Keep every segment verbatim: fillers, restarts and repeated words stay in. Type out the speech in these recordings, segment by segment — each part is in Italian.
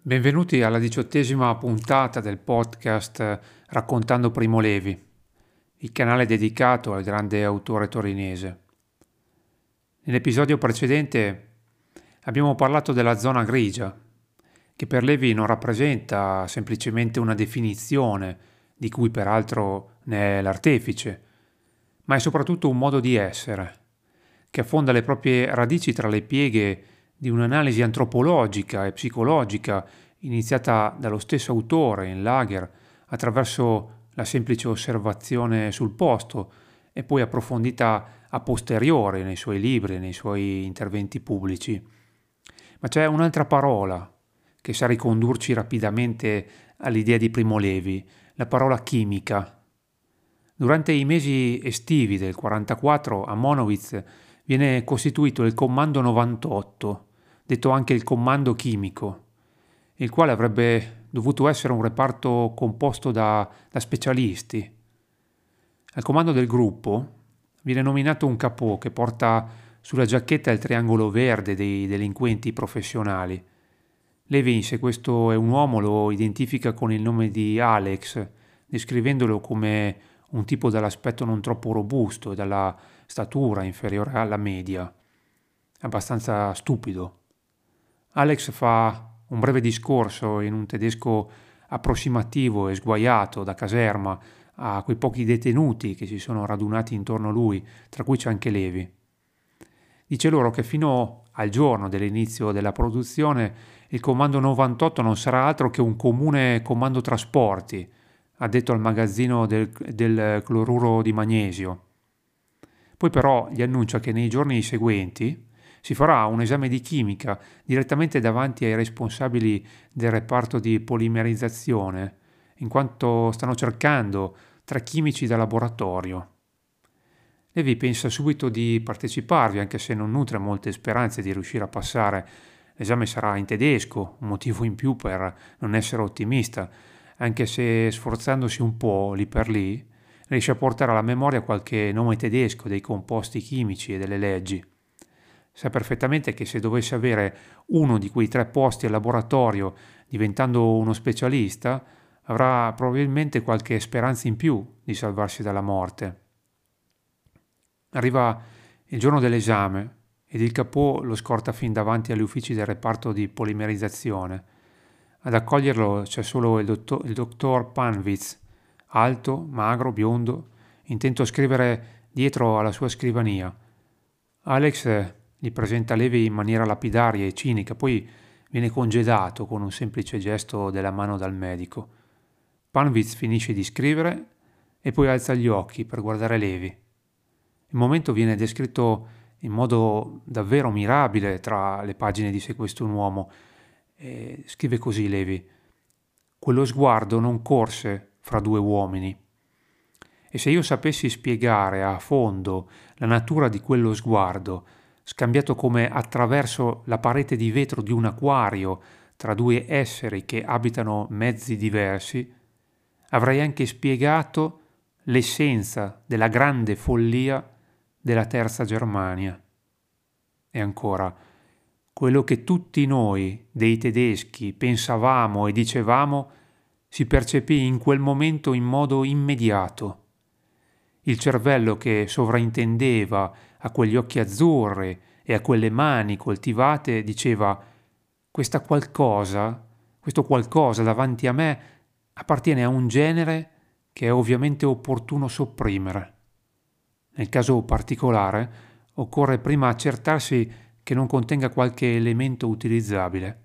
Benvenuti alla diciottesima puntata del podcast Raccontando Primo Levi, il canale dedicato al grande autore torinese. Nell'episodio precedente abbiamo parlato della zona grigia, che per Levi non rappresenta semplicemente una definizione, di cui peraltro ne è l'artefice, ma è soprattutto un modo di essere, che affonda le proprie radici tra le pieghe di un'analisi antropologica e psicologica iniziata dallo stesso autore in Lager attraverso la semplice osservazione sul posto e poi approfondita a posteriore nei suoi libri e nei suoi interventi pubblici. Ma c'è un'altra parola che sa ricondurci rapidamente all'idea di Primo Levi, la parola chimica. Durante i mesi estivi del quarantaquattro a Monowitz viene costituito il Comando novantotto, detto anche il Comando chimico, il quale avrebbe dovuto essere un reparto composto da, da specialisti. Al comando del gruppo viene nominato un capò che porta sulla giacchetta il triangolo verde dei delinquenti professionali. Levi, se questo è un uomo, lo identifica con il nome di Alex, descrivendolo come un tipo dall'aspetto non troppo robusto e dalla statura inferiore alla media, abbastanza stupido. Alex fa un breve discorso in un tedesco approssimativo e sguaiato da caserma a quei pochi detenuti che si sono radunati intorno a lui, tra cui c'è anche Levi. Dice loro che fino al giorno dell'inizio della produzione il comando novantotto non sarà altro che un comune comando trasporti, addetto al magazzino del, del cloruro di magnesio. Poi però gli annuncia che nei giorni seguenti si farà un esame di chimica direttamente davanti ai responsabili del reparto di polimerizzazione, in quanto stanno cercando tre chimici da laboratorio. Levi pensa subito di parteciparvi, anche se non nutre molte speranze di riuscire a passare. L'esame sarà in tedesco, un motivo in più per non essere ottimista, anche se sforzandosi un po' lì per lì riesce a portare alla memoria qualche nome tedesco dei composti chimici e delle leggi. Sa perfettamente che se dovesse avere uno di quei tre posti al laboratorio diventando uno specialista, avrà probabilmente qualche speranza in più di salvarsi dalla morte. Arriva il giorno dell'esame ed il capò lo scorta fin davanti agli uffici del reparto di polimerizzazione. Ad accoglierlo c'è solo il dottor, il dottor Panwitz, alto, magro, biondo, intento a scrivere dietro alla sua scrivania. Alex gli presenta Levi in maniera lapidaria e cinica, poi viene congedato con un semplice gesto della mano dal medico. Panwitz finisce di scrivere e poi alza gli occhi per guardare Levi. Il momento viene descritto in modo davvero mirabile tra le pagine di Se questo è un uomo. E scrive così Levi: quello sguardo non corse fra due uomini. E se io sapessi spiegare a fondo la natura di quello sguardo, scambiato come attraverso la parete di vetro di un acquario tra due esseri che abitano mezzi diversi, avrei anche spiegato l'essenza della grande follia della terza Germania. E ancora, quello che tutti noi, dei tedeschi, pensavamo e dicevamo, si percepì in quel momento in modo immediato. Il cervello che sovraintendeva a quegli occhi azzurri e a quelle mani coltivate diceva: questa qualcosa, questo qualcosa davanti a me appartiene a un genere che è ovviamente opportuno sopprimere. Nel caso particolare occorre prima accertarsi che non contenga qualche elemento utilizzabile.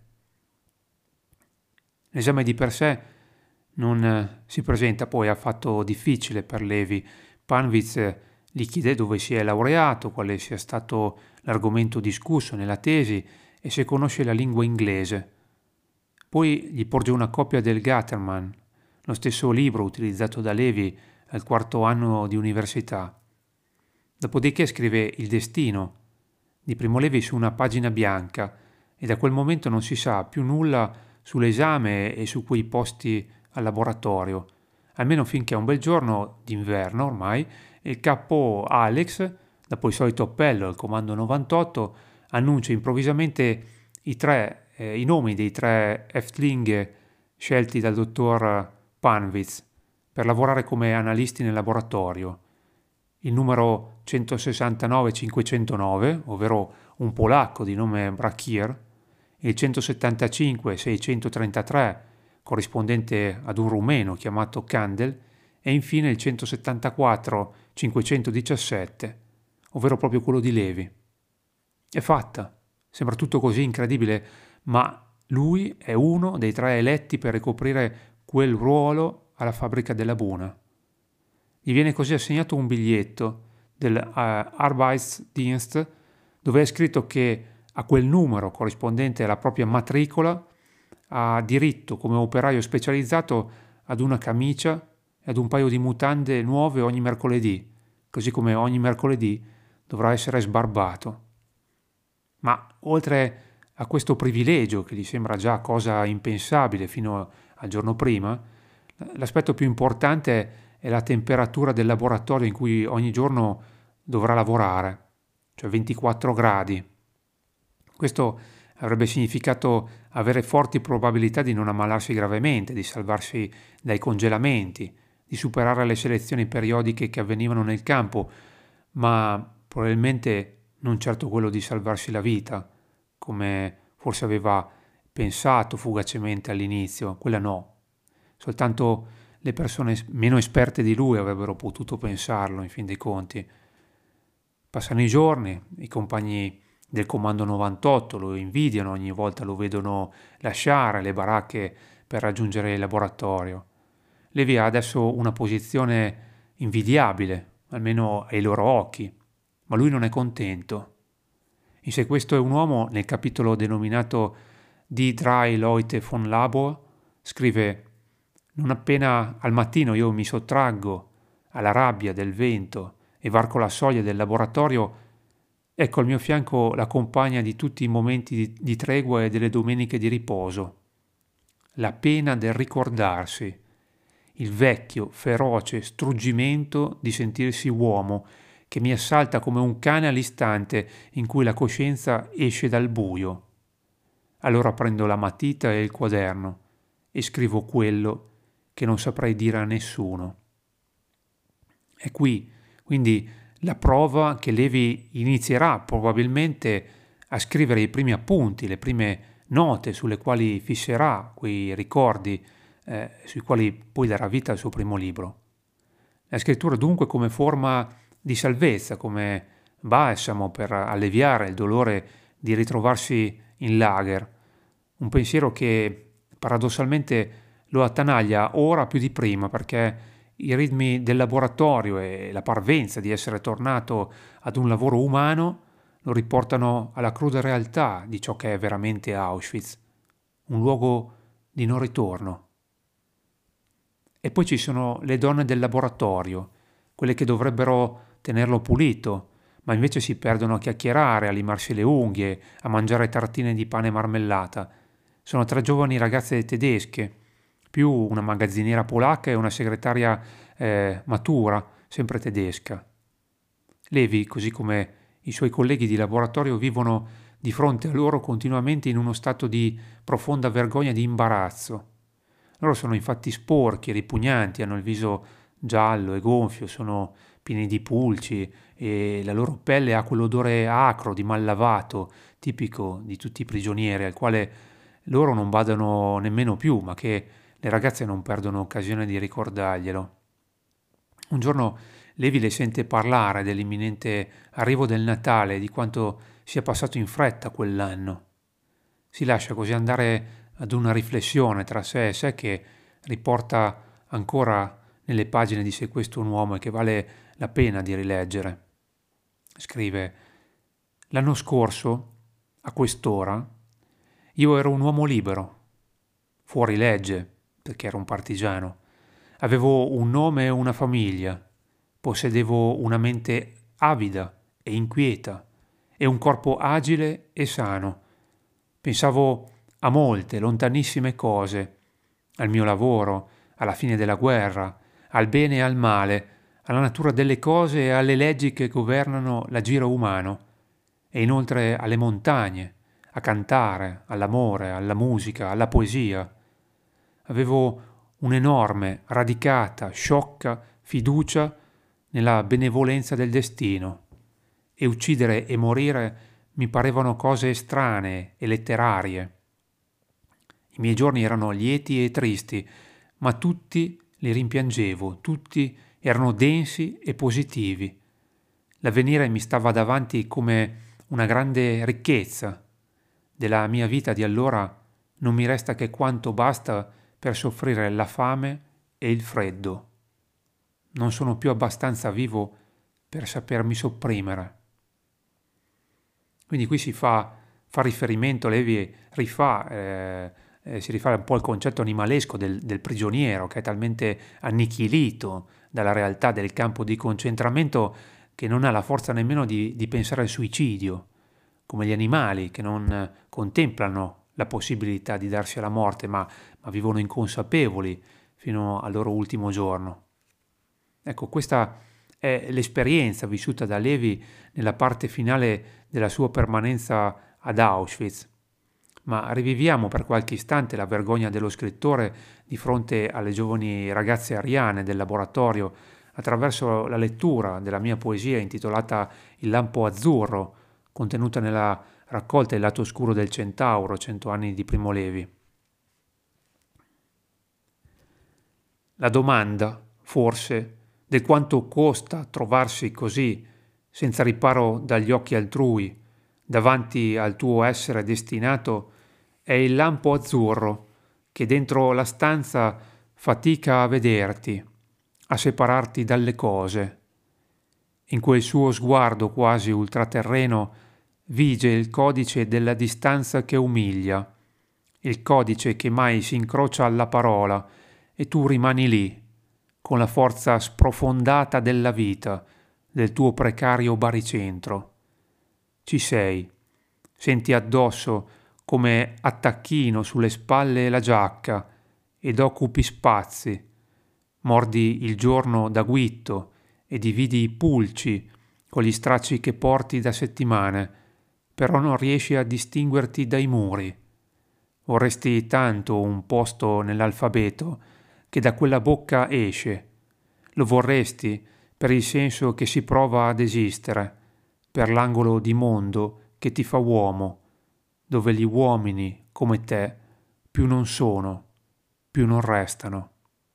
L'esame di per sé non si presenta poi affatto difficile per Levi. Panwitz gli chiede dove si è laureato, quale sia stato l'argomento discusso nella tesi e se conosce la lingua inglese. Poi gli porge una copia del Gattermann, lo stesso libro utilizzato da Levi al quarto anno di università. Dopodiché scrive il destino di Primo Levi su una pagina bianca e da quel momento non si sa più nulla sull'esame e su quei posti al laboratorio, almeno finché un bel giorno d'inverno ormai il capo Alex, dopo il solito appello al comando novantotto, annuncia improvvisamente i tre eh, i nomi dei tre Häftlinge scelti dal dottor Panwitz per lavorare come analisti nel laboratorio. Il numero centosessantanove cinquecentonove, ovvero un polacco di nome Brakir, il centosettantacinque seicentotrentatré, corrispondente ad un rumeno chiamato Kandel, e infine il centosettantaquattro cinquecentodiciassette, ovvero proprio quello di Levi. È fatta, sembra tutto così incredibile, ma lui è uno dei tre eletti per ricoprire quel ruolo alla fabbrica della Buna. Gli viene così assegnato un biglietto del uh, Arbeitsdienst dove è scritto che a quel numero corrispondente alla propria matricola ha diritto come operaio specializzato ad una camicia e ad un paio di mutande nuove ogni mercoledì, così come ogni mercoledì dovrà essere sbarbato. Ma oltre a questo privilegio che gli sembra già cosa impensabile fino al giorno prima, l'aspetto più importante è la temperatura del laboratorio in cui ogni giorno dovrà lavorare, cioè ventiquattro gradi. Questo avrebbe significato avere forti probabilità di non ammalarsi gravemente, di salvarsi dai congelamenti, di superare le selezioni periodiche che avvenivano nel campo, ma probabilmente non certo quello di salvarsi la vita, come forse aveva pensato fugacemente all'inizio. Quella no. Soltanto le persone meno esperte di lui avrebbero potuto pensarlo, in fin dei conti. Passano i giorni, i compagni del Comando novantotto lo invidiano, ogni volta lo vedono lasciare le baracche per raggiungere il laboratorio. Levi ha adesso una posizione invidiabile, almeno ai loro occhi, ma lui non è contento. In sé questo è un uomo, nel capitolo denominato Die drei Leute von Labor, scrive: non appena al mattino io mi sottraggo alla rabbia del vento e varco la soglia del laboratorio, ecco al mio fianco la compagna di tutti i momenti di, di tregua e delle domeniche di riposo. La pena del ricordarsi, il vecchio, feroce struggimento di sentirsi uomo che mi assalta come un cane all'istante in cui la coscienza esce dal buio. Allora prendo la matita e il quaderno e scrivo quello che non saprei dire a nessuno. È qui, quindi, la prova che Levi inizierà probabilmente a scrivere i primi appunti, le prime note sulle quali fisserà quei ricordi, eh, sui quali poi darà vita al suo primo libro. La scrittura dunque come forma di salvezza, come balsamo per alleviare il dolore di ritrovarsi in lager, un pensiero che paradossalmente lo attanaglia ora più di prima, perché i ritmi del laboratorio e la parvenza di essere tornato ad un lavoro umano lo riportano alla cruda realtà di ciò che è veramente Auschwitz, un luogo di non ritorno. E poi ci sono le donne del laboratorio, quelle che dovrebbero tenerlo pulito, ma invece si perdono a chiacchierare, a limarsi le unghie, a mangiare tartine di pane e marmellata. Sono tre giovani ragazze tedesche, più una magazziniera polacca e una segretaria eh, matura, sempre tedesca. Levi, così come i suoi colleghi di laboratorio, vivono di fronte a loro continuamente in uno stato di profonda vergogna e di imbarazzo. Loro sono infatti sporchi, ripugnanti, hanno il viso giallo e gonfio, sono pieni di pulci e la loro pelle ha quell'odore acro di mal lavato, tipico di tutti i prigionieri, al quale loro non badano nemmeno più, ma che le ragazze non perdono occasione di ricordarglielo. Un giorno Levi le sente parlare dell'imminente arrivo del Natale, di quanto sia passato in fretta quell'anno. Si lascia così andare ad una riflessione tra sé e sé che riporta ancora nelle pagine di sé questo un uomo e che vale la pena di rileggere. Scrive: l'anno scorso, a quest'ora, io ero un uomo libero, fuori legge, perché ero un partigiano. Avevo un nome e una famiglia, possedevo una mente avida e inquieta e un corpo agile e sano. Pensavo a molte, lontanissime cose, al mio lavoro, alla fine della guerra, al bene e al male, alla natura delle cose e alle leggi che governano l'agire umano, e inoltre alle montagne, a cantare, all'amore, alla musica, alla poesia. Avevo un'enorme, radicata, sciocca fiducia nella benevolenza del destino, e uccidere e morire mi parevano cose estranee e letterarie. I miei giorni erano lieti e tristi, ma tutti li rimpiangevo, tutti erano densi e positivi. L'avvenire mi stava davanti come una grande ricchezza. Della mia vita di allora non mi resta che quanto basta per soffrire la fame e il freddo. Non sono più abbastanza vivo per sapermi sopprimere. Quindi qui si fa, fa riferimento, Levi rifà, eh, eh, si rifà un po' al concetto animalesco del, del prigioniero che è talmente annichilito dalla realtà del campo di concentramento che non ha la forza nemmeno di, di pensare al suicidio, come gli animali che non contemplano la possibilità di darsi alla morte, ma, ma vivono inconsapevoli fino al loro ultimo giorno. Ecco, questa è l'esperienza vissuta da Levi nella parte finale della sua permanenza ad Auschwitz. Ma riviviamo per qualche istante la vergogna dello scrittore di fronte alle giovani ragazze ariane del laboratorio attraverso la lettura della mia poesia intitolata Il lampo azzurro, contenuta nella raccolta Il lato oscuro del Centauro, cento anni di Primo Levi. La domanda, forse, del quanto costa trovarsi così, senza riparo dagli occhi altrui, davanti al tuo essere destinato, è il lampo azzurro che dentro la stanza fatica a vederti, a separarti dalle cose. In quel suo sguardo quasi ultraterreno vige il codice della distanza che umilia, il codice che mai si incrocia alla parola, e tu rimani lì, con la forza sprofondata della vita, del tuo precario baricentro. Ci sei, senti addosso come attacchino sulle spalle la giacca ed occupi spazi, mordi il giorno da guitto e dividi i pulci con gli stracci che porti da settimane, però non riesci a distinguerti dai muri. Vorresti tanto un posto nell'alfabeto che da quella bocca esce. Lo vorresti per il senso che si prova ad esistere, per l'angolo di mondo che ti fa uomo, dove gli uomini come te più non sono, più non restano.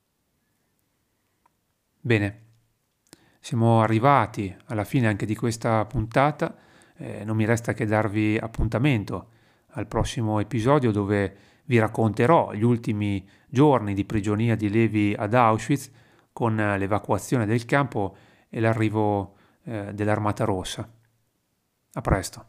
Bene, siamo arrivati alla fine anche di questa puntata, eh, non mi resta che darvi appuntamento al prossimo episodio dove vi racconterò gli ultimi giorni di prigionia di Levi ad Auschwitz con l'evacuazione del campo e l'arrivo eh, dell'Armata Rossa. A presto.